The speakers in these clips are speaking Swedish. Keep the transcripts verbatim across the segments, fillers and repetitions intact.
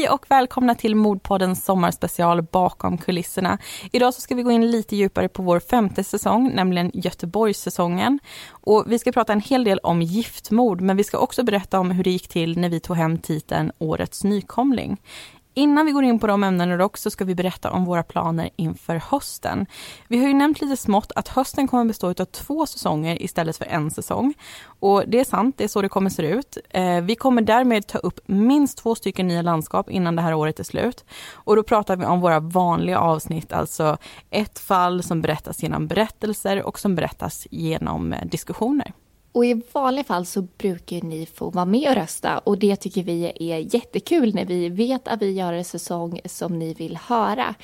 Hej och välkomna till Mordpoddens sommarspecial Bakom kulisserna. Idag så ska vi gå in lite djupare på vår femte säsong, nämligen Göteborgssäsongen. Och vi ska prata en hel del om giftmord, men vi ska också berätta om hur det gick till när vi tog hem titeln Årets nykomling. Innan vi går in på de ämnena dock så ska vi berätta om våra planer inför hösten. Vi har ju nämnt lite smått att hösten kommer bestå av två säsonger istället för en säsong. Och det är sant, det är så det kommer se ut. Eh, vi kommer därmed ta upp minst två stycken nya landskap innan det här året är slut. Och då pratar vi om våra vanliga avsnitt, alltså ett fall som berättas genom berättelser och som berättas genom eh, diskussioner. Och i vanliga fall så brukar ni få vara med och rösta och det tycker vi är jättekul när vi vet att vi gör en säsong som ni vill höra.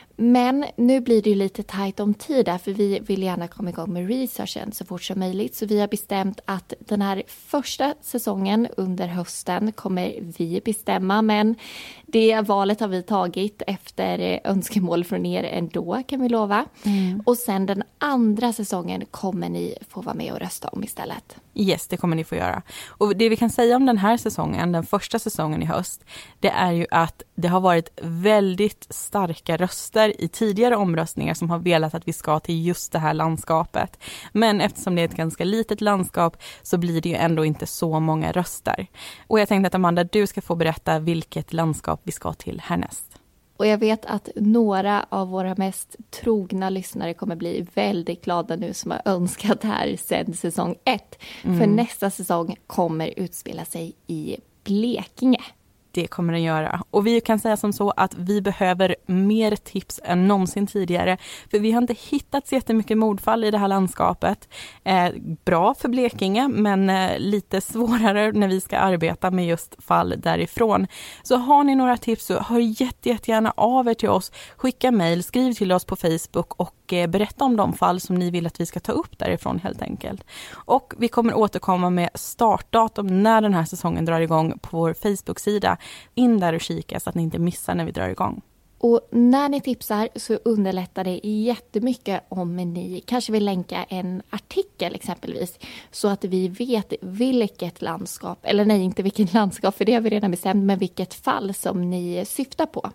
Men nu blir det ju lite tajt om tid där, för vi vill gärna komma igång med researchen så fort som möjligt. Så vi har bestämt att den här första säsongen under hösten kommer vi bestämma. Men det valet har vi tagit efter önskemål från er ändå, kan vi lova. Mm. Och sen den andra säsongen kommer ni få vara med och rösta om istället. Yes, det kommer ni få göra. Och det vi kan säga om den här säsongen, den första säsongen i höst, det är ju att det har varit väldigt starka röster i tidigare omröstningar som har velat att vi ska till just det här landskapet. Men eftersom det är ett ganska litet landskap så blir det ju ändå inte så många röster. Och jag tänkte att Amanda, du ska få berätta vilket landskap vi ska till härnäst. Och jag vet att några av våra mest trogna lyssnare kommer bli väldigt glada nu som har önskat det här sedan säsong ett. Mm. För nästa säsong kommer utspela sig i Blekinge. Det kommer den göra. Och vi kan säga som så att vi behöver mer tips än någonsin tidigare. För vi har inte hittat så jättemycket mordfall i det här landskapet. Eh, bra för Blekinge, men eh, lite svårare när vi ska arbeta med just fall därifrån. Så har ni några tips så hör jätte, jättegärna av er till oss. Skicka mejl, skriv till oss på Facebook och eh, berätta om de fall som ni vill att vi ska ta upp därifrån helt enkelt. Och vi kommer återkomma med startdatum när den här säsongen drar igång på vår Facebook-sida. In där och kika så att ni inte missar när vi drar igång. Och när ni tipsar så underlättar det jättemycket om ni kanske vill länka en artikel exempelvis. Så att vi vet vilket landskap, eller nej inte vilket landskap för det har vi redan bestämt, men vilket fall som ni syftar på.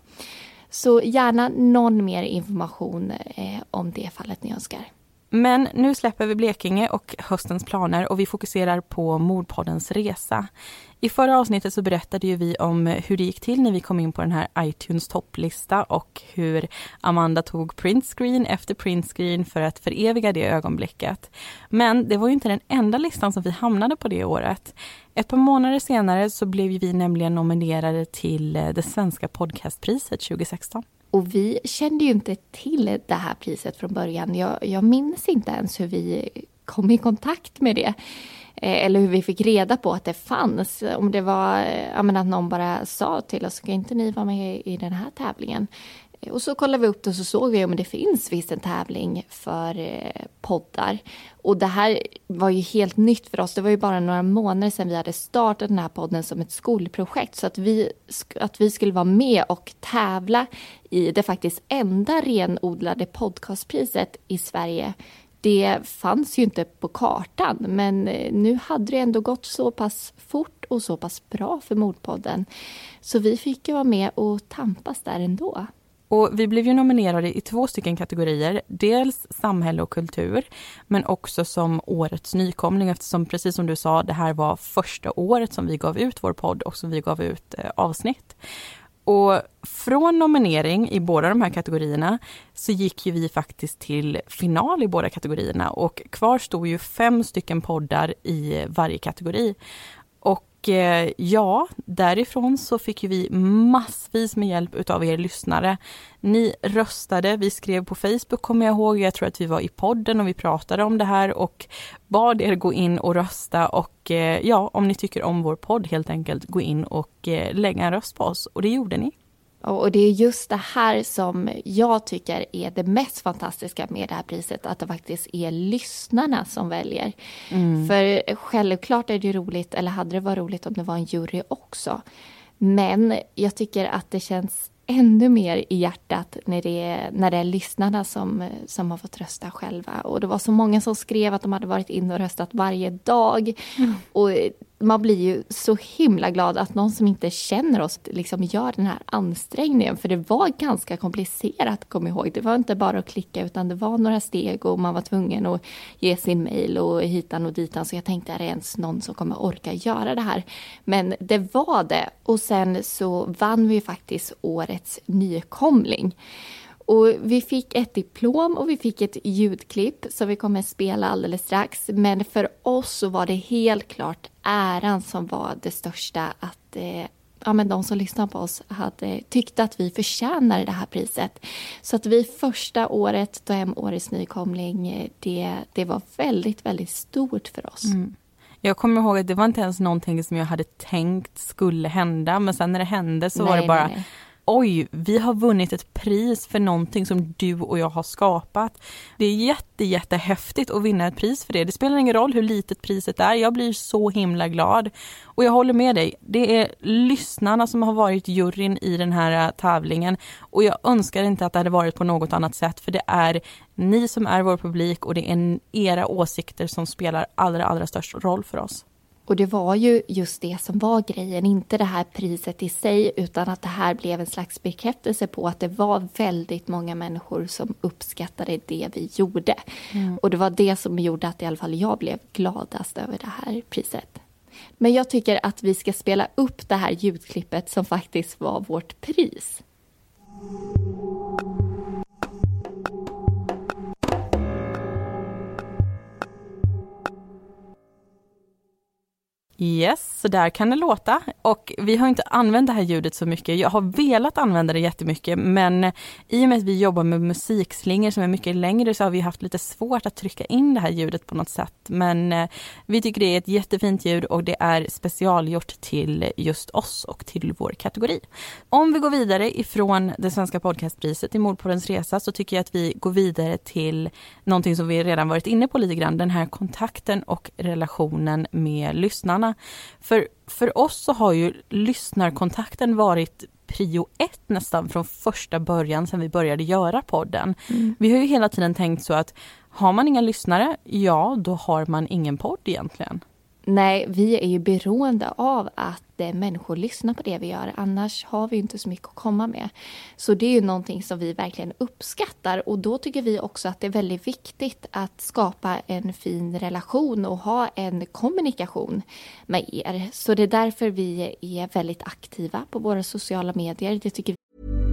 Så gärna någon mer information eh, om det fallet ni önskar. Men nu släpper vi Blekinge och höstens planer och vi fokuserar på Mordpoddens resa. I förra avsnittet så berättade ju vi om hur det gick till när vi kom in på den här iTunes topplista och hur Amanda tog printscreen efter printscreen för att föreviga det ögonblicket. Men det var ju inte den enda listan som vi hamnade på det året. Ett par månader senare så blev vi nämligen nominerade till det svenska podcastpriset tjugo sexton. Och vi kände ju inte till det här priset från början. Jag, jag minns inte ens hur vi kom i kontakt med det. Eller hur vi fick reda på att det fanns. Om det var jag menar, att någon bara sa till oss, ska inte ni vara med i den här tävlingen? Och så kollade vi upp det och så såg vi om det finns visst en tävling för eh, poddar. Och det här var ju helt nytt för oss. Det var ju bara några månader sedan vi hade startat den här podden som ett skolprojekt. Så att vi, att vi skulle vara med och tävla i det faktiskt enda renodlade podcastpriset i Sverige. Det fanns ju inte på kartan, men nu hade det ändå gått så pass fort och så pass bra för Mordpodden. Så vi fick ju vara med och tampas där ändå. Och vi blev ju nominerade i två stycken kategorier. Dels samhälle och kultur, men också som årets nykomling. Eftersom, precis som du sa, det här var första året som vi gav ut vår podd och som vi gav ut eh, avsnitt. Och från nominering i båda de här kategorierna så gick ju vi faktiskt till final i båda kategorierna. Och kvar stod ju fem stycken poddar i varje kategori. Och eh, ja, därifrån så fick ju vi massvis med hjälp utav er lyssnare. Ni röstade, vi skrev på Facebook kommer jag ihåg. Jag tror att vi var i podden och vi pratade om det här och bad er gå in och rösta. Och eh, ja, om ni tycker om vår podd helt enkelt, gå in och eh, lägga en röst på oss. Och det gjorde ni. Och det är just det här som jag tycker är det mest fantastiska med det här priset. Att det faktiskt är lyssnarna som väljer. Mm. För självklart är det roligt, eller hade det varit roligt om det var en jury också. Men jag tycker att det känns ännu mer i hjärtat när det är, när det är lyssnarna som, som har fått rösta själva. Och det var så många som skrev att de hade varit in och röstat varje dag. Mm. Och man blir ju så himla glad att någon som inte känner oss liksom gör den här ansträngningen. För det var ganska komplicerat, kom ihåg. Det var inte bara att klicka utan det var några steg och man var tvungen att ge sin mejl och hitan och ditan. Så jag tänkte, är det ens någon som kommer orka göra det här? Men det var det. Och sen så vann vi faktiskt årets nykomling. Och vi fick ett diplom och vi fick ett ljudklipp som vi kommer spela alldeles strax. Men för oss så var det helt klart äran som var det största. Att eh, ja, men de som lyssnar på oss hade tyckt att vi förtjänar det här priset. Så att vi första året tog hem årets nykomling, det, det var väldigt, väldigt stort för oss. Mm. Jag kommer ihåg att det var inte ens någonting som jag hade tänkt skulle hända. Men sen när det hände så nej, var det bara... Nej, nej. Oj, vi har vunnit ett pris för någonting som du och jag har skapat. Det är jätte, jättehäftigt att vinna ett pris för det. Det spelar ingen roll hur litet priset är. Jag blir så himla glad. Och jag håller med dig. Det är lyssnarna som har varit juryn i den här tävlingen. Och jag önskar inte att det hade varit på något annat sätt. För det är ni som är vår publik och det är era åsikter som spelar allra, allra störst roll för oss. Och det var ju just det som var grejen, inte det här priset i sig utan att det här blev en slags bekräftelse på att det var väldigt många människor som uppskattade det vi gjorde. Mm. Och det var det som gjorde att i alla fall jag blev gladast över det här priset. Men jag tycker att vi ska spela upp det här ljudklippet som faktiskt var vårt pris. Yes, så där kan det låta. Och vi har inte använt det här ljudet så mycket. Jag har velat använda det jättemycket, men i och med att vi jobbar med musikslingor som är mycket längre så har vi haft lite svårt att trycka in det här ljudet på något sätt. Men eh, vi tycker det är ett jättefint ljud och det är specialgjort till just oss och till vår kategori. Om vi går vidare ifrån det svenska podcastpriset i Mordpoddens resa så tycker jag att vi går vidare till någonting som vi redan varit inne på lite grann. Den här kontakten och relationen med lyssnarna. För, för oss så har ju lyssnarkontakten varit prio ett nästan från första början sedan vi började göra podden. Mm. Vi har ju hela tiden tänkt så att har man inga lyssnare, ja då har man ingen podd egentligen. Nej, vi är ju beroende av att eh, människor lyssnar på det vi gör. Annars har vi inte så mycket att komma med. Så det är ju någonting som vi verkligen uppskattar. Och då tycker vi också att det är väldigt viktigt att skapa en fin relation och ha en kommunikation med er. Så det är därför vi är väldigt aktiva på våra sociala medier. Det tycker vi.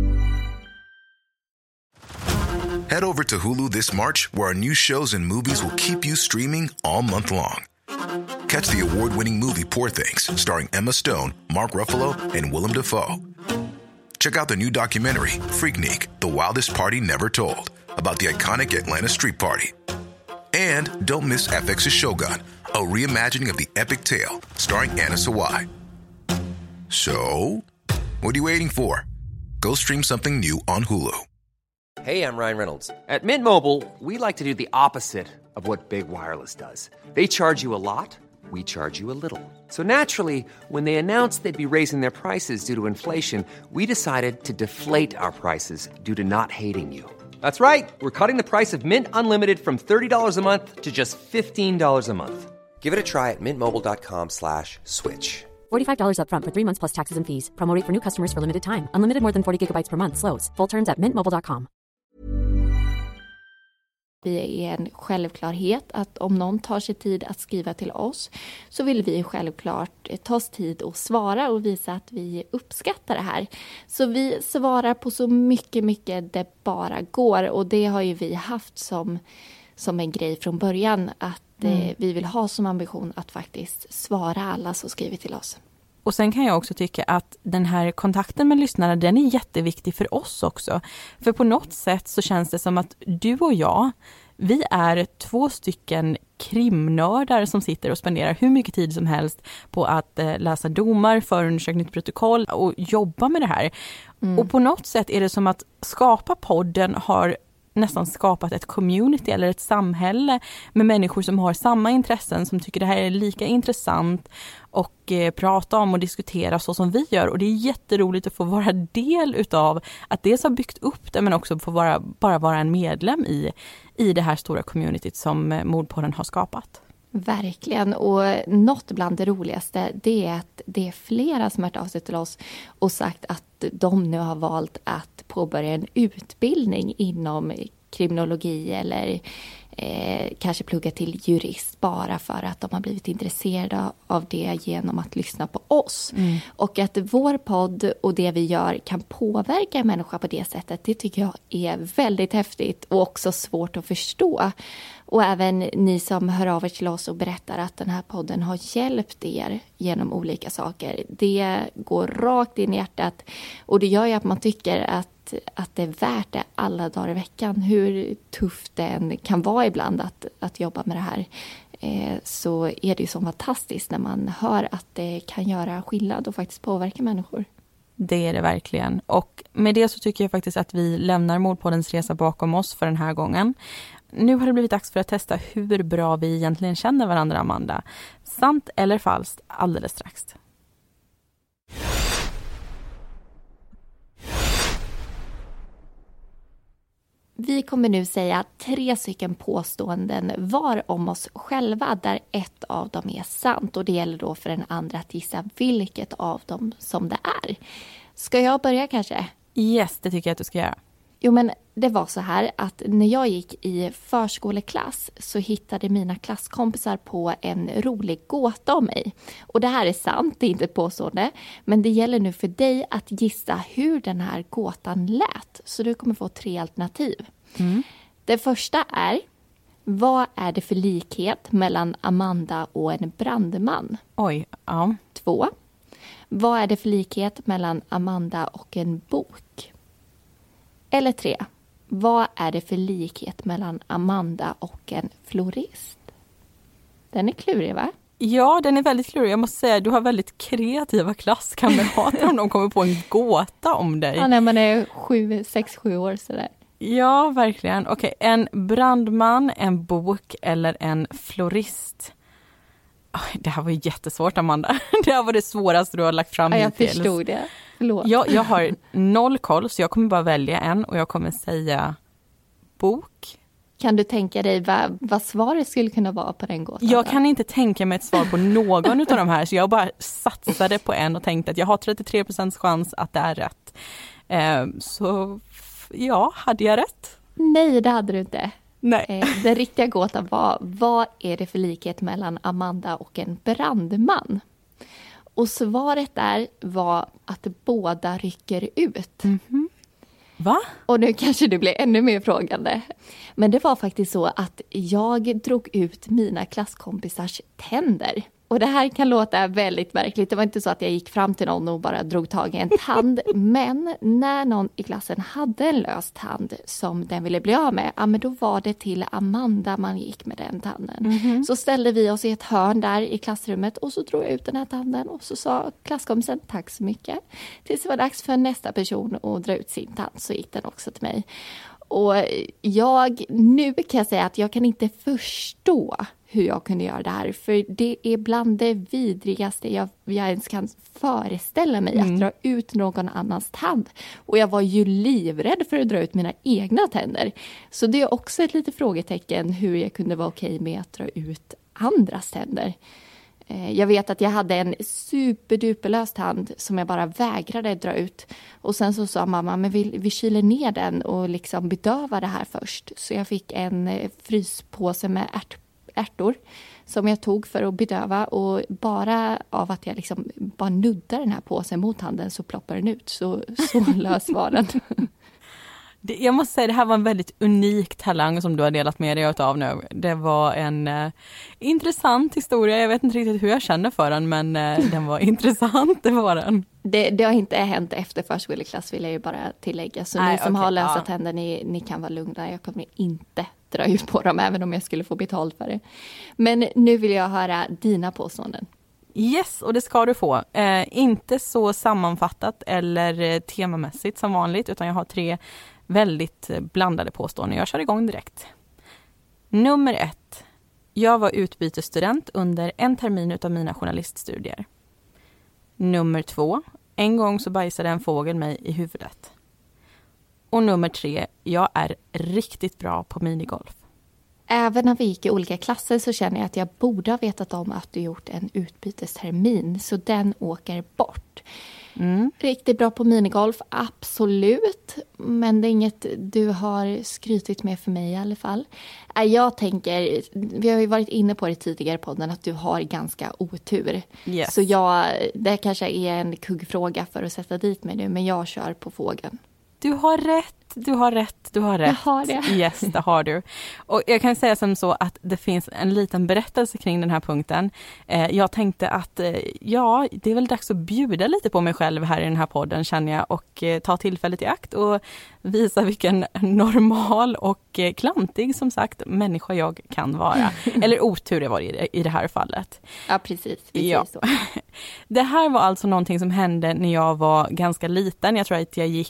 Head over to Hulu this March, where our new shows and movies will keep you streaming all month long. Catch the award-winning movie Poor Things, starring Emma Stone, Mark Ruffalo, and Willem Dafoe. Check out the new documentary, Freaknik, The Wildest Party Never Told, about the iconic Atlanta Street Party. And don't miss F X's Shogun, a reimagining of the epic tale, starring Anna Sawai. So, what are you waiting for? Go stream something new on Hulu. Hey, I'm Ryan Reynolds. At Mint Mobile, we like to do the opposite of what Big Wireless does. They charge you a lot, we charge you a little. So naturally, when they announced they'd be raising their prices due to inflation, we decided to deflate our prices due to not hating you. That's right. We're cutting the price of Mint Unlimited from thirty dollars a month to just fifteen dollars a month. Give it a try at mintmobile.com slash switch. forty-five dollars up front for three months plus taxes and fees. Promo rate for new customers for limited time. Unlimited more than forty gigabytes per month. Slows full terms at mint mobile dot com. Vi är en självklarhet att om någon tar sig tid att skriva till oss så vill vi självklart ta oss tid att svara och visa att vi uppskattar det här. Så vi svarar på så mycket, mycket det bara går, och det har ju vi haft som, som en grej från början, att mm. eh, vi vill ha som ambition att faktiskt svara alla som skriver till oss. Och sen kan jag också tycka att den här kontakten med lyssnarna, den är jätteviktig för oss också. För på något sätt så känns det som att du och jag, vi är två stycken krimnördar som sitter och spenderar hur mycket tid som helst på att eh, läsa domar, förundersökningsprotokoll och jobba med det här. Mm. Och på något sätt är det som att skapa podden har nästan skapat ett community eller ett samhälle med människor som har samma intressen, som tycker det här är lika intressant och eh, prata om och diskutera så som vi gör. Och det är jätteroligt att få vara del utav att dels ha byggt upp det, men också få vara, bara vara en medlem i, i det här stora communityt som eh, Mordpodden har skapat. Verkligen, och något bland det roligaste det är att det är flera som har hört av sig till oss och sagt att de nu har valt att påbörja en utbildning inom kriminologi eller eh, kanske plugga till jurist bara för att de har blivit intresserade av det genom att lyssna på oss. Mm. Och att vår podd och det vi gör kan påverka en människa på det sättet, det tycker jag är väldigt häftigt och också svårt att förstå. Och även ni som hör av er till oss och berättar att den här podden har hjälpt er genom olika saker. Det går rakt in i hjärtat och det gör ju att man tycker att, att det är värt det alla dagar i veckan. Hur tufft det än kan vara ibland att, att jobba med det här, eh, så är det ju så fantastiskt när man hör att det kan göra skillnad och faktiskt påverka människor. Det är det verkligen. Och med det så tycker jag faktiskt att vi lämnar Mordpoddens resa bakom oss för den här gången. Nu har det blivit dags för att testa hur bra vi egentligen känner varandra, Amanda. Sant eller falskt, alldeles strax. Vi kommer nu säga tre stycken påståenden var om oss själva där ett av dem är sant. Och det gäller då för den andra att gissa vilket av dem som det är. Ska jag börja kanske? Yes, det tycker jag att du ska göra. Jo, men det var så här att när jag gick i förskoleklass så hittade mina klasskompisar på en rolig gåta om mig. Och det här är sant, det är inte ett påstående. Men det gäller nu för dig att gissa hur den här gåtan lät. Så du kommer få tre alternativ. Mm. Det första är, vad är det för likhet mellan Amanda och en brandman? Oj, ja. Två, vad är det för likhet mellan Amanda och en bok? Eller tre, vad är det för likhet mellan Amanda och en florist? Den är klurig, va? Ja, den är väldigt klurig. Jag måste säga, du har väldigt kreativa klasskamrater om de kommer på en gåta om dig. Ja, när man är sju, sex, sju år sådär. Ja, verkligen. Okej, en brandman, en bok eller en florist? Det här var ju jättesvårt, Amanda. Det här var det svåraste du har lagt fram. Ja, jag hittills. förstod det. Förlåt. Jag, jag har noll koll, så jag kommer bara välja en och jag kommer säga bok. Kan du tänka dig vad, vad svaret skulle kunna vara på den gåtan? Jag kan inte tänka mig ett svar på någon av de här, så jag bara satsade på en och tänkte att jag har trettiotre procent chans att det är rätt. Eh, så ja, hade jag rätt? Nej, det hade du inte. Nej. Eh, den riktiga gåtan var, vad är det för likhet mellan Amanda och en brandman? Och svaret där var att båda rycker ut. Mm-hmm. Va? Och nu kanske du blir ännu mer frågande. Men det var faktiskt så att jag drog ut mina klasskompisars tänder. Och det här kan låta väldigt verkligt. Det var inte så att jag gick fram till någon och bara drog tag i en tand. Men när någon i klassen hade en lös tand som den ville bli av med, ja, men då var det till Amanda man gick med den tanden. Mm-hmm. Så ställde vi oss i ett hörn där i klassrummet och så drog jag ut den här tanden. Och så sa klasskompisen tack så mycket. Tills det var dags för nästa person att dra ut sin tand, så gick den också till mig. Och jag, nu kan jag säga att jag kan inte förstå hur jag kunde göra det här. För det är bland det vidrigaste jag, jag ens kan föreställa mig, mm. att dra ut någon annans tand. Och jag var ju livrädd för att dra ut mina egna tänder. Så det är också ett litet frågetecken hur jag kunde vara okej med att dra ut andras tänder. Jag vet att jag hade en superduperlös tand som jag bara vägrade dra ut. Och sen så sa mamma, men vi, vi kyler ner den och liksom bedövar det här först. Så jag fick en fryspåse med ärt, ärtor som jag tog för att bedöva. Och bara av att jag liksom bara nuddade den här påsen mot tanden så ploppar den ut. Så, så lös var den. Det, jag måste säga, det här var en väldigt unik talang som du har delat med dig av nu. Det var en eh, intressant historia. Jag vet inte riktigt hur jag känner för den, men eh, den var intressant, det var den. Det, det har inte hänt efter förskoleklass, vill jag ju bara tillägga. Så Nej, ni som okay, har lösa ja. tänder, ni, ni kan vara lugna. Jag kommer inte dra ut på dem, även om jag skulle få betalt för det. Men nu vill jag höra dina påståenden. Yes, och det ska du få. Eh, inte så sammanfattat eller eh, temamässigt som vanligt, utan jag har tre väldigt blandade påståenden. Jag kör igång direkt. Nummer ett. Jag var utbytesstudent under en termin utav mina journaliststudier. Nummer två. En gång så bajsade en fågel mig i huvudet. Och nummer tre. Jag är riktigt bra på minigolf. även när vi gick i olika klasser så känner jag att jag borde ha vetat om att du gjort en utbytestermin. Så den åker bort. Mm. Riktigt bra på minigolf, absolut. Men det är inget du har skrytit med för mig i alla fall. Jag tänker, vi har ju varit inne på det tidigare i podden, att du har ganska otur. Yes. Så jag, det kanske är en kuggfråga för att sätta dit mig nu, men jag kör på fågeln. Du har rätt, du har rätt, du har rätt. Jag har det. Yes, det har du. Och jag kan säga som så att det finns en liten berättelse kring den här punkten. Eh, jag tänkte att eh, ja, det är väl dags att bjuda lite på mig själv här i den här podden, känner jag. Och eh, ta tillfället i akt och visa vilken normal och eh, klantig, som sagt, människa jag kan vara. Eller otur det var i, i det här fallet. Ja, precis. precis ja. Så. Det här var alltså någonting som hände när jag var ganska liten. Jag tror att jag gick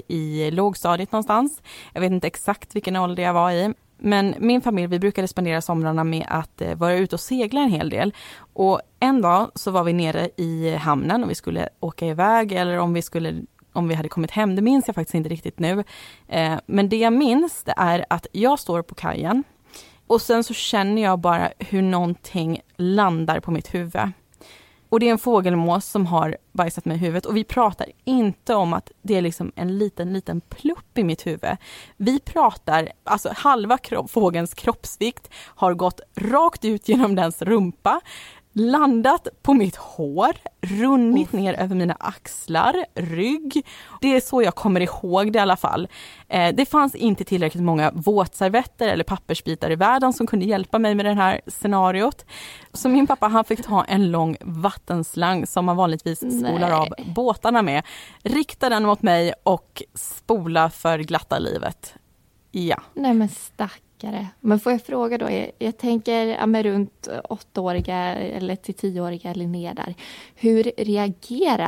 i lågstadiet någonstans. Jag vet inte exakt vilken ålder jag var i. Men min familj, vi brukade spendera somrarna med att vara ute och segla en hel del. Och en dag så var vi nere i hamnen och vi skulle åka iväg, eller om vi skulle... om vi hade kommit hem, det minns jag faktiskt inte riktigt nu. Eh, men det jag minns, det är att jag står på kajen och sen så känner jag bara hur någonting landar på mitt huvud. Och det är en fågelmås som har bajsat mig i huvudet. Och vi pratar inte om att det är liksom en liten, liten plupp i mitt huvud. Vi pratar, alltså halva kro- fågelns kroppsvikt har gått rakt ut genom dens rumpa, landat på mitt hår, runnit ner över mina axlar, rygg. Det är så jag kommer ihåg det i alla fall. Eh, det fanns inte tillräckligt många våtservetter eller pappersbitar i världen som kunde hjälpa mig med det här scenariot. Så min pappa, han fick ta en lång vattenslang som man vanligtvis spolar Nej. av båtarna med, rikta den mot mig och spola för glatta livet. Ja. Nej men stack. Men får jag fråga då, jag, jag tänker ja, med runt åttaåriga eller till tioåriga eller ner där. Hur reagerar?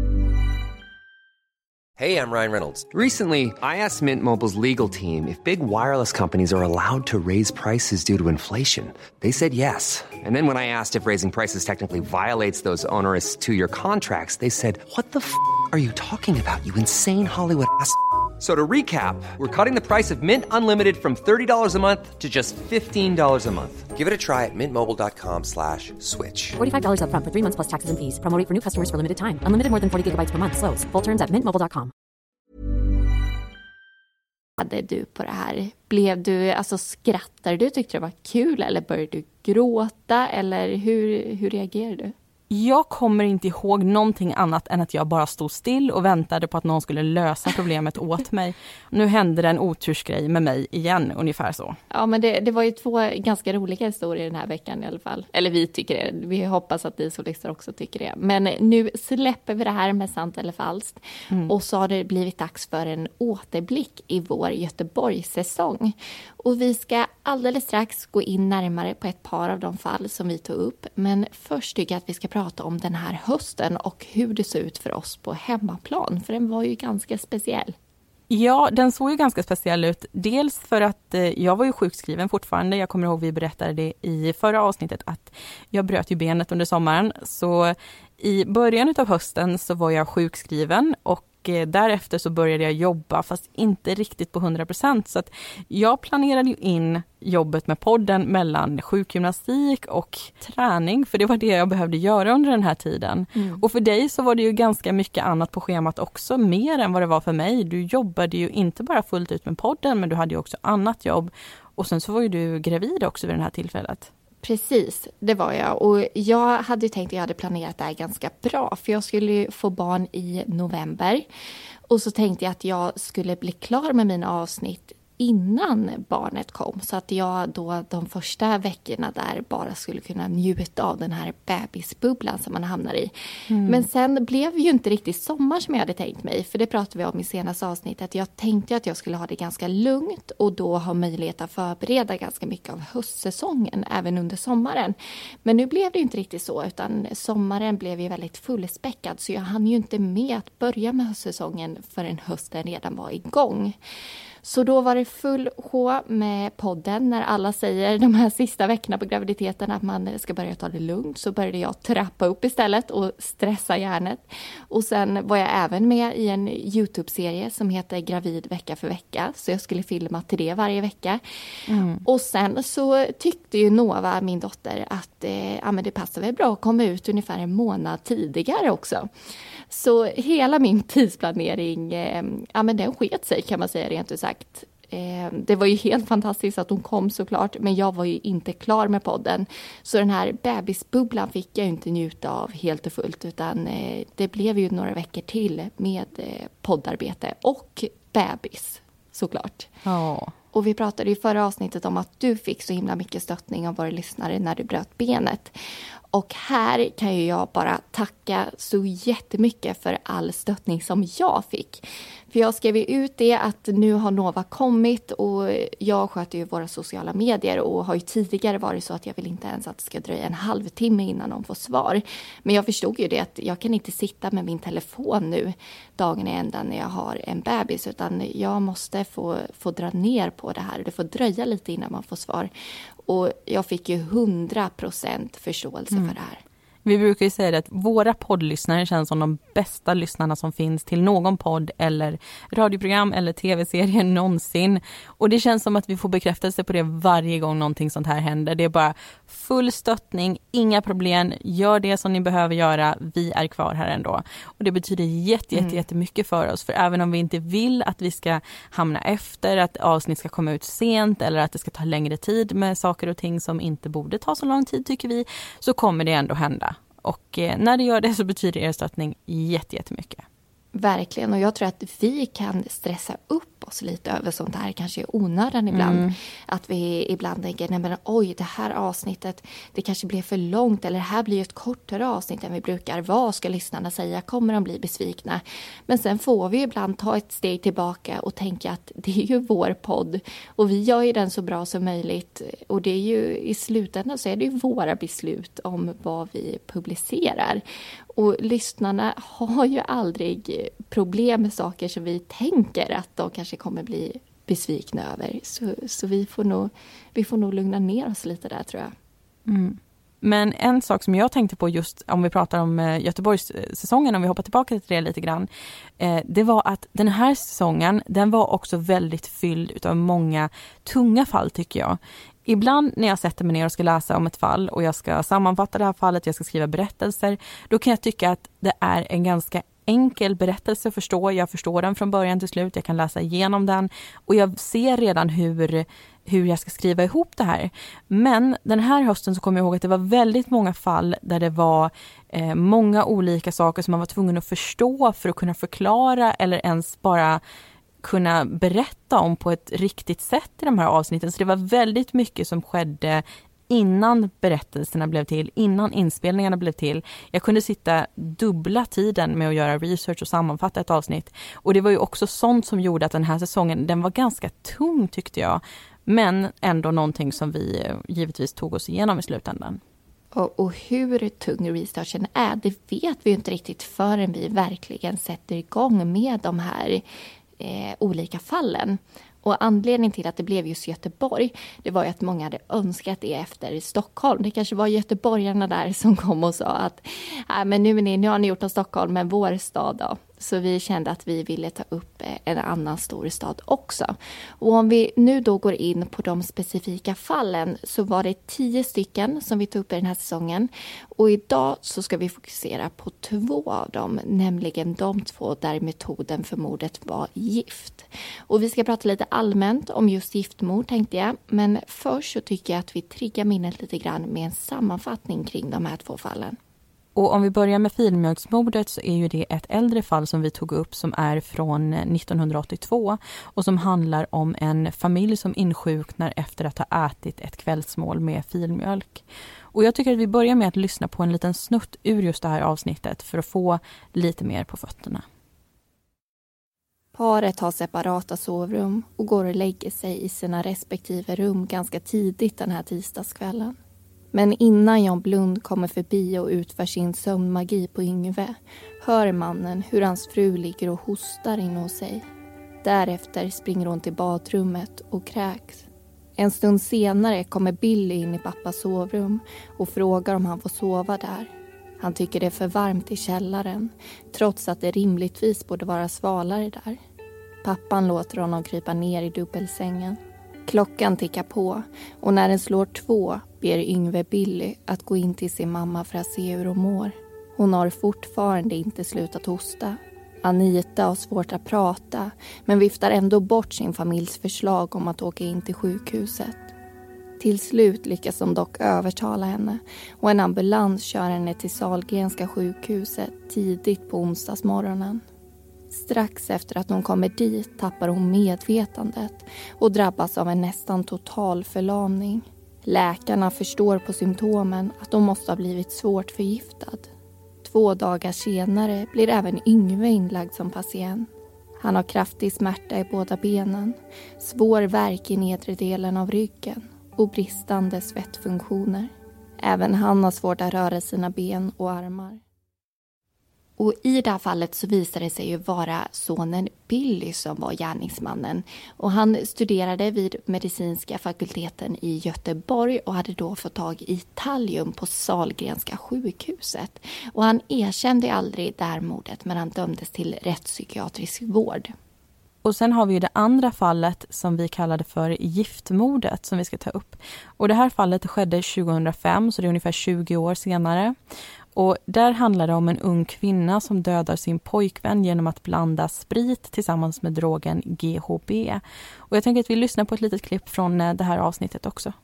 Hey, I'm Ryan Reynolds. Recently, I asked Mint Mobile's legal team if big wireless companies are allowed to raise prices due to inflation. They said yes. And then when I asked if raising prices technically violates those onerous two-year contracts, they said, "What the f*** are you talking about, you insane Hollywood ass?" So to recap, we're cutting the price of Mint Unlimited from thirty dollars a month to just fifteen dollars a month. Give it a try at mintmobile.com slash switch. forty-five dollars up front for three months plus taxes and fees. Promo rate for new customers for limited time. Unlimited more than forty gigabytes per month. Slows full terms at mint mobile dot com. Hade du på det här? Blev du, alltså skrattade du, tyckte det var kul, eller började du gråta, eller hur, hur reagerade du? Jag kommer inte ihåg någonting annat än att jag bara stod still och väntade på att någon skulle lösa problemet åt mig. Nu hände det en otursgrej med mig igen, ungefär så. Ja, men det, det var ju två ganska roliga historier den här veckan i alla fall. Eller vi tycker det. Vi hoppas att ni som lyssnar också tycker det. Men nu släpper vi det här med sant eller falskt. Mm. Och så har det blivit dags för en återblick i vår Göteborgssäsong. Och vi ska alldeles strax gå in närmare på ett par av de fall som vi tog upp. Men först tycker jag att vi ska prata om den här hösten och hur det ser ut för oss på hemmaplan. För den var ju ganska speciell. Ja, den såg ju ganska speciell ut. Dels för att eh, jag var ju sjukskriven fortfarande. Jag kommer ihåg vi berättade det i förra avsnittet att jag bröt ju benet under sommaren. Så i början av hösten så var jag sjukskriven och därefter så började jag jobba, fast inte riktigt på hundra procent. Så att jag planerade ju in jobbet med podden mellan sjukgymnastik och träning, för det var det jag behövde göra under den här tiden. Mm. Och för dig så var det ju ganska mycket annat på schemat också, mer än vad det var för mig. Du jobbade ju inte bara fullt ut med podden, men du hade ju också annat jobb. Och sen så var ju du gravid också vid det här tillfället. Precis, det var jag. Och jag hade tänkt att jag hade planerat det här ganska bra. För jag skulle ju få barn i november. Och så tänkte jag att jag skulle bli klar med mina avsnitt innan barnet kom. Så att jag då de första veckorna där bara skulle kunna njuta av den här bebisbubblan som man hamnar i. Mm. Men sen blev ju inte riktigt sommar som jag hade tänkt mig. För det pratade vi om i senaste avsnittet. Jag tänkte att jag skulle ha det ganska lugnt och då ha möjlighet att förbereda ganska mycket av höstsäsongen även under sommaren. Men nu blev det inte riktigt så, utan sommaren blev ju väldigt fullspäckad. Så jag hann ju inte med att börja med höstsäsongen förrän hösten redan var igång. Så då var det full sjå med podden. När alla säger de här sista veckorna på graviditeten att man ska börja ta det lugnt, så började jag trappa upp istället och stressa hjärnet. Och sen var jag även med i en YouTube-serie som heter Gravid vecka för vecka. Så jag skulle filma till det varje vecka. Mm. Och sen så tyckte ju Nova, min dotter, att eh, ja, men det passar väl bra att komma ut ungefär en månad tidigare också. Så hela min tidsplanering, eh, ja men den sket sig kan man säga rent ut sagt. Eh, det var ju helt fantastiskt att hon kom såklart, men jag var ju inte klar med podden. Så den här bebisbubblan fick jag inte njuta av helt och fullt, utan eh, det blev ju några veckor till med eh, poddarbete och bebis såklart. Ja. Och vi pratade i förra avsnittet om att du fick så himla mycket stöttning av våra lyssnare när du bröt benet. Och här kan ju jag bara tacka så jättemycket för all stöttning som jag fick. För jag skrev ju ut det att nu har Nova kommit, och jag sköter ju våra sociala medier och har ju tidigare varit så att jag vill inte ens att det ska dröja en halvtimme innan de får svar. Men jag förstod ju det att jag kan inte sitta med min telefon nu dagen i ända när jag har en bebis, utan jag måste få, få dra ner på det här. Det får dröja lite innan man får svar. Och jag fick ju hundra procent förståelse mm. för det här. Vi brukar ju säga att våra poddlyssnare känns som de bästa lyssnarna som finns till någon podd eller radioprogram eller tv-serie någonsin. Och det känns som att vi får bekräftelse på det varje gång någonting sånt här händer. Det är bara full stöttning, inga problem, gör det som ni behöver göra, vi är kvar här ändå. Och det betyder jätte, jätte, mm. jättemycket för oss. För även om vi inte vill att vi ska hamna efter, att avsnitt ska komma ut sent eller att det ska ta längre tid med saker och ting som inte borde ta så lång tid tycker vi, så kommer det ändå hända. Och eh, när det gör det så betyder er stöttning jätte, jättemycket. Verkligen, och jag tror att vi kan stressa upp oss lite över sånt här, kanske i onödan ibland. Mm. Att vi ibland tänker, nej men oj, det här avsnittet, det kanske blir för långt, eller det här blir ett kortare avsnitt än vi brukar. Vad ska lyssnarna säga? Kommer de bli besvikna? Men sen får vi ibland ta ett steg tillbaka och tänka att det är ju vår podd. Och vi gör ju den så bra som möjligt. Och det är ju i slutändan så är det ju våra beslut om vad vi publicerar. Och lyssnarna har ju aldrig problem med saker som vi tänker att de kanske kommer bli besvikna över. Så, så vi, får nog, vi får nog lugna ner oss lite där, tror jag. Mm. Men en sak som jag tänkte på just om vi pratar om Göteborgssäsongen, om vi hoppar tillbaka till det lite grann, eh, det var att den här säsongen, den var också väldigt fylld av många tunga fall tycker jag. Ibland när jag sätter mig ner och ska läsa om ett fall och jag ska sammanfatta det här fallet, jag ska skriva berättelser, då kan jag tycka att det är en ganska enkel berättelse att förstå. Jag förstår den från början till slut, jag kan läsa igenom den och jag ser redan hur, hur jag ska skriva ihop det här. Men den här hösten så kommer jag ihåg att det var väldigt många fall där det var eh, många olika saker som man var tvungen att förstå för att kunna förklara eller ens bara kunna berätta om på ett riktigt sätt i de här avsnitten. Så det var väldigt mycket som skedde innan berättelserna blev till, innan inspelningarna blev till. Jag kunde sitta dubbla tiden med att göra research och sammanfatta ett avsnitt. Och det var ju också sånt som gjorde att den här säsongen, den var ganska tung tyckte jag. Men ändå någonting som vi givetvis tog oss igenom i slutändan. Och, och hur tung researchen är, det vet vi ju inte riktigt förrän vi verkligen sätter igång med de här Eh, olika fallen. Och anledningen till att det blev just Göteborg, det var ju att många hade önskat det efter Stockholm. Det kanske var göteborgarna där som kom och sa att äh, men nu, ni, nu har ni gjort om Stockholm, men vår stad då. Så vi kände att vi ville ta upp en annan stor stad också. Och om vi nu då går in på de specifika fallen så var det tio stycken som vi tog upp i den här säsongen. Och idag så ska vi fokusera på två av dem, nämligen de två där metoden för mordet var gift. Och vi ska prata lite allmänt om just giftmord tänkte jag. Men först så tycker jag att vi triggar minnet lite grann med en sammanfattning kring de här två fallen. Och om vi börjar med filmjölksmordet så är ju det ett äldre fall som vi tog upp som är från nittonhundraåttiotvå och som handlar om en familj som insjuknar efter att ha ätit ett kvällsmål med filmjölk. Och jag tycker att vi börjar med att lyssna på en liten snutt ur just det här avsnittet för att få lite mer på fötterna. Paret har separata sovrum och går och lägger sig i sina respektive rum ganska tidigt den här tisdagskvällen. Men innan John Blund kommer förbi och utför sin sömnmagi på Yngve hör mannen hur hans fru ligger och hostar in hos sig. Därefter springer hon till badrummet och kräks. En stund senare kommer Billy in i pappas sovrum och frågar om han får sova där. Han tycker det är för varmt i källaren, trots att det rimligtvis borde vara svalare där. Pappan låter honom krypa ner i dubbelsängen. Klockan tickar på och när den slår två ber Yngve Billy att gå in till sin mamma för att se hur hon mår. Hon har fortfarande inte slutat hosta. Anita har svårt att prata men viftar ändå bort sin familjs förslag om att åka in till sjukhuset. Till slut lyckas de dock övertala henne och en ambulans kör henne till Sahlgrenska sjukhuset tidigt på onsdagsmorgonen. Strax efter att hon kommer dit tappar hon medvetandet och drabbas av en nästan total förlamning. Läkarna förstår på symptomen att hon måste ha blivit svårt förgiftad. Två dagar senare blir även Yngve inlagd som patient. Han har kraftig smärta i båda benen, svår värk i nedre delen av ryggen och bristande svettfunktioner. Även han har svårt att röra sina ben och armar. Och i det här fallet så visar det sig ju vara sonen Billy som var gärningsmannen. Och han studerade vid medicinska fakulteten i Göteborg och hade då fått tag i Talium på Sahlgrenska sjukhuset. Och han erkände aldrig det här mordet men han dömdes till rättspsykiatrisk vård. Och sen har vi ju det andra fallet som vi kallade för giftmordet som vi ska ta upp. Och det här fallet skedde tjugohundrafem, så det är ungefär tjugo år senare. Och där handlar det om en ung kvinna som dödar sin pojkvän genom att blanda sprit tillsammans med drogen G H B. Och jag tänker att vi lyssnar på ett litet klipp från det här avsnittet också.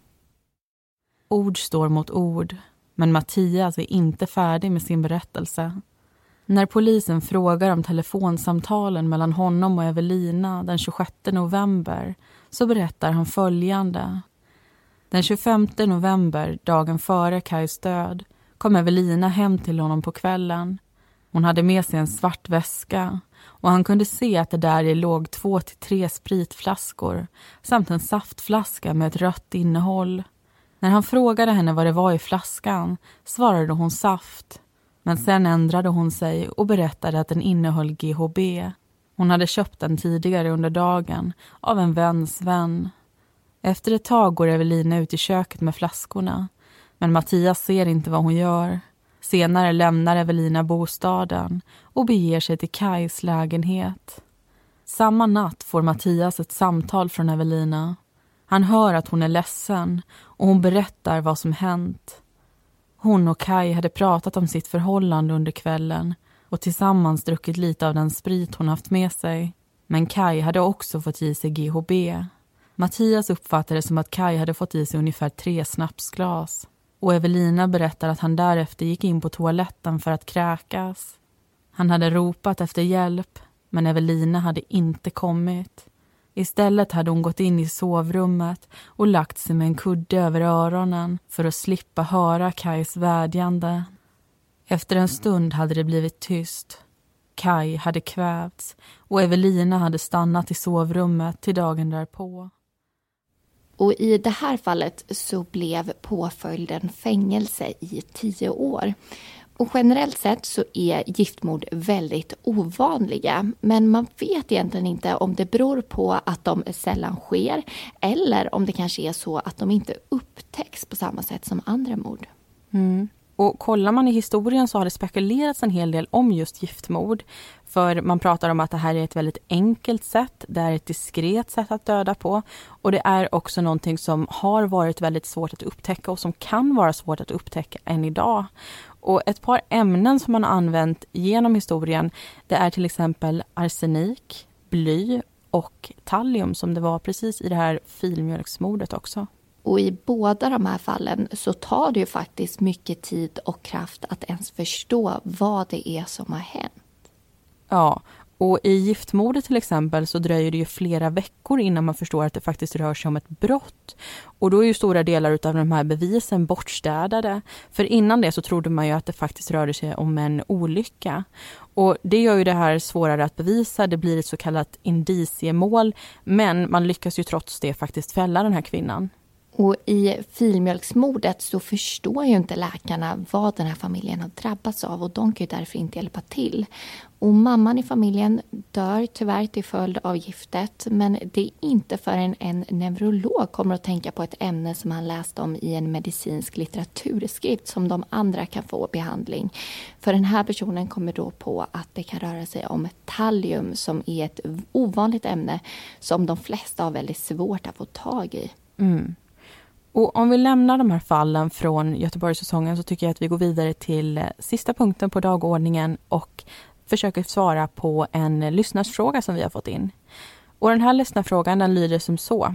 Ord står mot ord, men Mattias är inte färdig med sin berättelse. När polisen frågar om telefonsamtalen mellan honom och Evelina den tjugosjätte november så berättar han följande. Den tjugofemte november, dagen före Kajs död, kom Evelina hem till honom på kvällen. Hon hade med sig en svart väska och han kunde se att det där låg två till tre spritflaskor samt en saftflaska med ett rött innehåll. När han frågade henne vad det var i flaskan svarade hon saft. Men sen ändrade hon sig och berättade att den innehöll G H B. Hon hade köpt den tidigare under dagen av en väns vän. Efter ett tag går Evelina ut i köket med flaskorna. Men Mattias ser inte vad hon gör. Senare lämnar Evelina bostaden och beger sig till Kajs lägenhet. Samma natt får Mattias ett samtal från Evelina. Han hör att hon är ledsen och hon berättar vad som hänt. Hon och Kaj hade pratat om sitt förhållande under kvällen och tillsammans druckit lite av den sprit hon haft med sig. Men Kaj hade också fått i sig G H B. Mattias uppfattade det som att Kaj hade fått i sig ungefär tre snapsglas. Och Evelina berättar att han därefter gick in på toaletten för att kräkas. Han hade ropat efter hjälp, men Evelina hade inte kommit. Istället hade hon gått in i sovrummet och lagt sig med en kudde över öronen för att slippa höra Kajs vädjande. Efter en stund hade det blivit tyst. Kaj hade kvävts och Evelina hade stannat i sovrummet till dagen därpå. Och i det här fallet så blev påföljden fängelse i tio år. Och generellt sett så är giftmord väldigt ovanliga. Men man vet egentligen inte om det beror på att de sällan sker. Eller om det kanske är så att de inte upptäcks på samma sätt som andra mord. Mm. Och kollar man i historien så har det spekulerats en hel del om just giftmord. För man pratar om att det här är ett väldigt enkelt sätt. Det är ett diskret sätt att döda på. Och det är också någonting som har varit väldigt svårt att upptäcka och som kan vara svårt att upptäcka än idag. Och ett par ämnen som man har använt genom historien, det är till exempel arsenik, bly och talium som det var precis i det här filmjölksmordet också. Och i båda de här fallen så tar det ju faktiskt mycket tid och kraft att ens förstå vad det är som har hänt. Ja, och i giftmordet till exempel så dröjer det ju flera veckor innan man förstår att det faktiskt rör sig om ett brott. Och då är ju stora delar av de här bevisen bortstädade. För innan det så trodde man ju att det faktiskt rörde sig om en olycka. Och det gör ju det här svårare att bevisa. Det blir ett så kallat indiciemål. Men man lyckas ju trots det faktiskt fälla den här kvinnan. Och i filmjölksmordet så förstår ju inte läkarna vad den här familjen har drabbats av och de kan ju därför inte hjälpa till. Och mamman i familjen dör tyvärr till följd av giftet, men det är inte förrän en neurolog kommer att tänka på ett ämne som han läst om i en medicinsk litteraturskrift som de andra kan få behandling. För den här personen kommer då på att det kan röra sig om thallium som är ett ovanligt ämne som de flesta har väldigt svårt att få tag i. Mm. Och om vi lämnar de här fallen från Göteborgssäsongen så tycker jag att vi går vidare till sista punkten på dagordningen och försöker svara på en lyssnarsfråga som vi har fått in. Och den här lyssnarfrågan den lyder som så.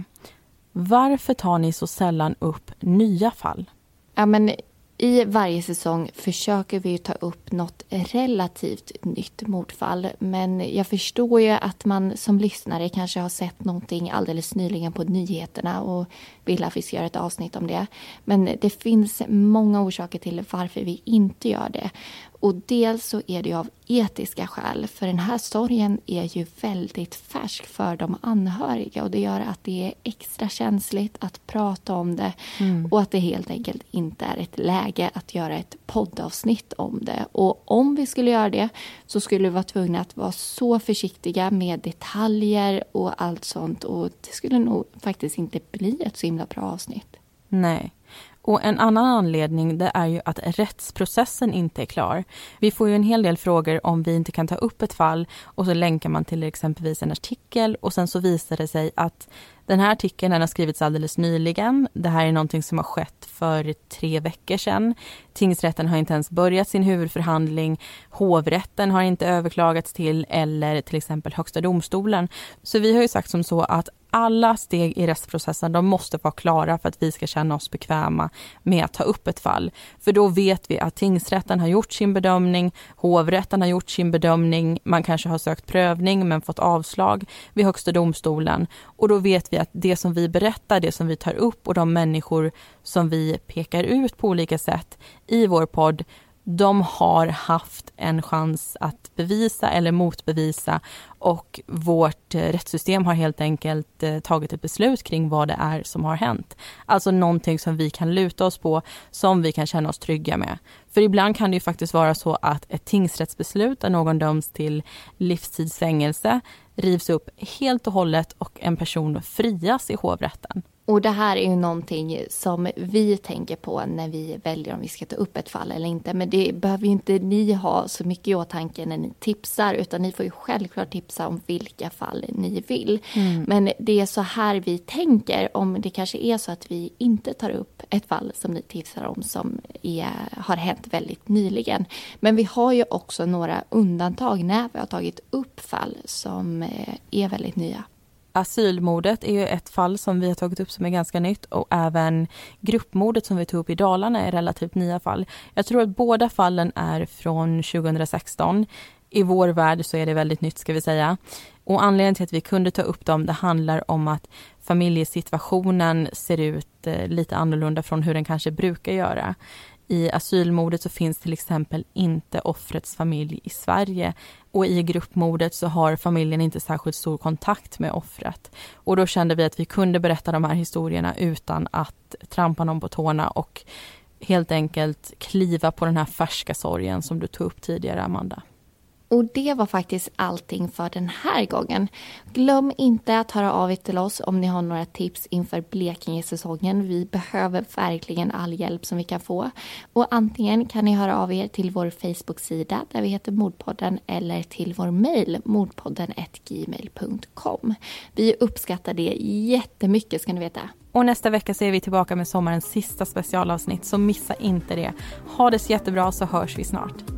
Varför tar ni så sällan upp nya fall? Ja, men i varje säsong försöker vi ta upp något relativt nytt mordfall. Men jag förstår ju att man som lyssnare kanske har sett någonting alldeles nyligen på nyheterna och vill att vi ska göra ett avsnitt om det. Men det finns många orsaker till varför vi inte gör det. Och dels så är det av etiska skäl, för den här storyn är ju väldigt färsk för de anhöriga och det gör att det är extra känsligt att prata om det mm. och att det helt enkelt inte är ett läge att göra ett poddavsnitt om det. Och om vi skulle göra det så skulle vi vara tvungna att vara så försiktiga med detaljer och allt sånt och det skulle nog faktiskt inte bli ett så himla bra avsnitt. Nej. Och en annan anledning det är ju att rättsprocessen inte är klar. Vi får ju en hel del frågor om vi inte kan ta upp ett fall och så länkar man till exempelvis en artikel och sen så visar det sig att den här artikeln den har skrivits alldeles nyligen. Det här är någonting som har skett för tre veckor sedan. Tingsrätten har inte ens börjat sin huvudförhandling. Hovrätten har inte överklagats till eller till exempel Högsta domstolen. Så vi har ju sagt som så att alla steg i rättsprocessen de måste vara klara för att vi ska känna oss bekväma med att ta upp ett fall. För då vet vi att tingsrätten har gjort sin bedömning, hovrätten har gjort sin bedömning, man kanske har sökt prövning men fått avslag vid Högsta domstolen. Och då vet vi att det som vi berättar, det som vi tar upp och de människor som vi pekar ut på olika sätt i vår podd, de har haft en chans att bevisa eller motbevisa och vårt rättssystem har helt enkelt tagit ett beslut kring vad det är som har hänt. Alltså någonting som vi kan luta oss på, som vi kan känna oss trygga med. För ibland kan det ju faktiskt vara så att ett tingsrättsbeslut där någon döms till livstidsfängelse rivs upp helt och hållet och en person frias i hovrätten. Och det här är ju någonting som vi tänker på när vi väljer om vi ska ta upp ett fall eller inte. Men det behöver ju inte ni ha så mycket i åtanke när ni tipsar, utan ni får ju självklart tipsa om vilka fall ni vill. Mm. Men det är så här vi tänker om det kanske är så att vi inte tar upp ett fall som ni tipsar om som är, har hänt väldigt nyligen. Men vi har ju också några undantag när vi har tagit upp fall som är väldigt nya. Asylmordet är ju ett fall som vi har tagit upp som är ganska nytt och även gruppmordet som vi tog upp i Dalarna är relativt nya fall. Jag tror att båda fallen är från tjugohundrasexton. I vår värld så är det väldigt nytt ska vi säga. Och anledningen till att vi kunde ta upp dem det handlar om att familjesituationen ser ut lite annorlunda från hur den kanske brukar göra. I asylmordet så finns till exempel inte offrets familj i Sverige och i gruppmordet så har familjen inte särskilt stor kontakt med offret. Och då kände vi att vi kunde berätta de här historierna utan att trampa någon på tårna och helt enkelt kliva på den här färska sorgen som du tog upp tidigare, Amanda. Och det var faktiskt allting för den här gången. Glöm inte att höra av er till oss om ni har några tips inför Blekinge-säsongen. Vi behöver verkligen all hjälp som vi kan få. Och antingen kan ni höra av er till vår Facebook-sida där vi heter Mordpodden eller till vår mejl mordpodden at gmail punkt com. Vi uppskattar det jättemycket ska ni veta. Och nästa vecka så är vi tillbaka med sommarens sista specialavsnitt så missa inte det. Ha det så jättebra så hörs vi snart.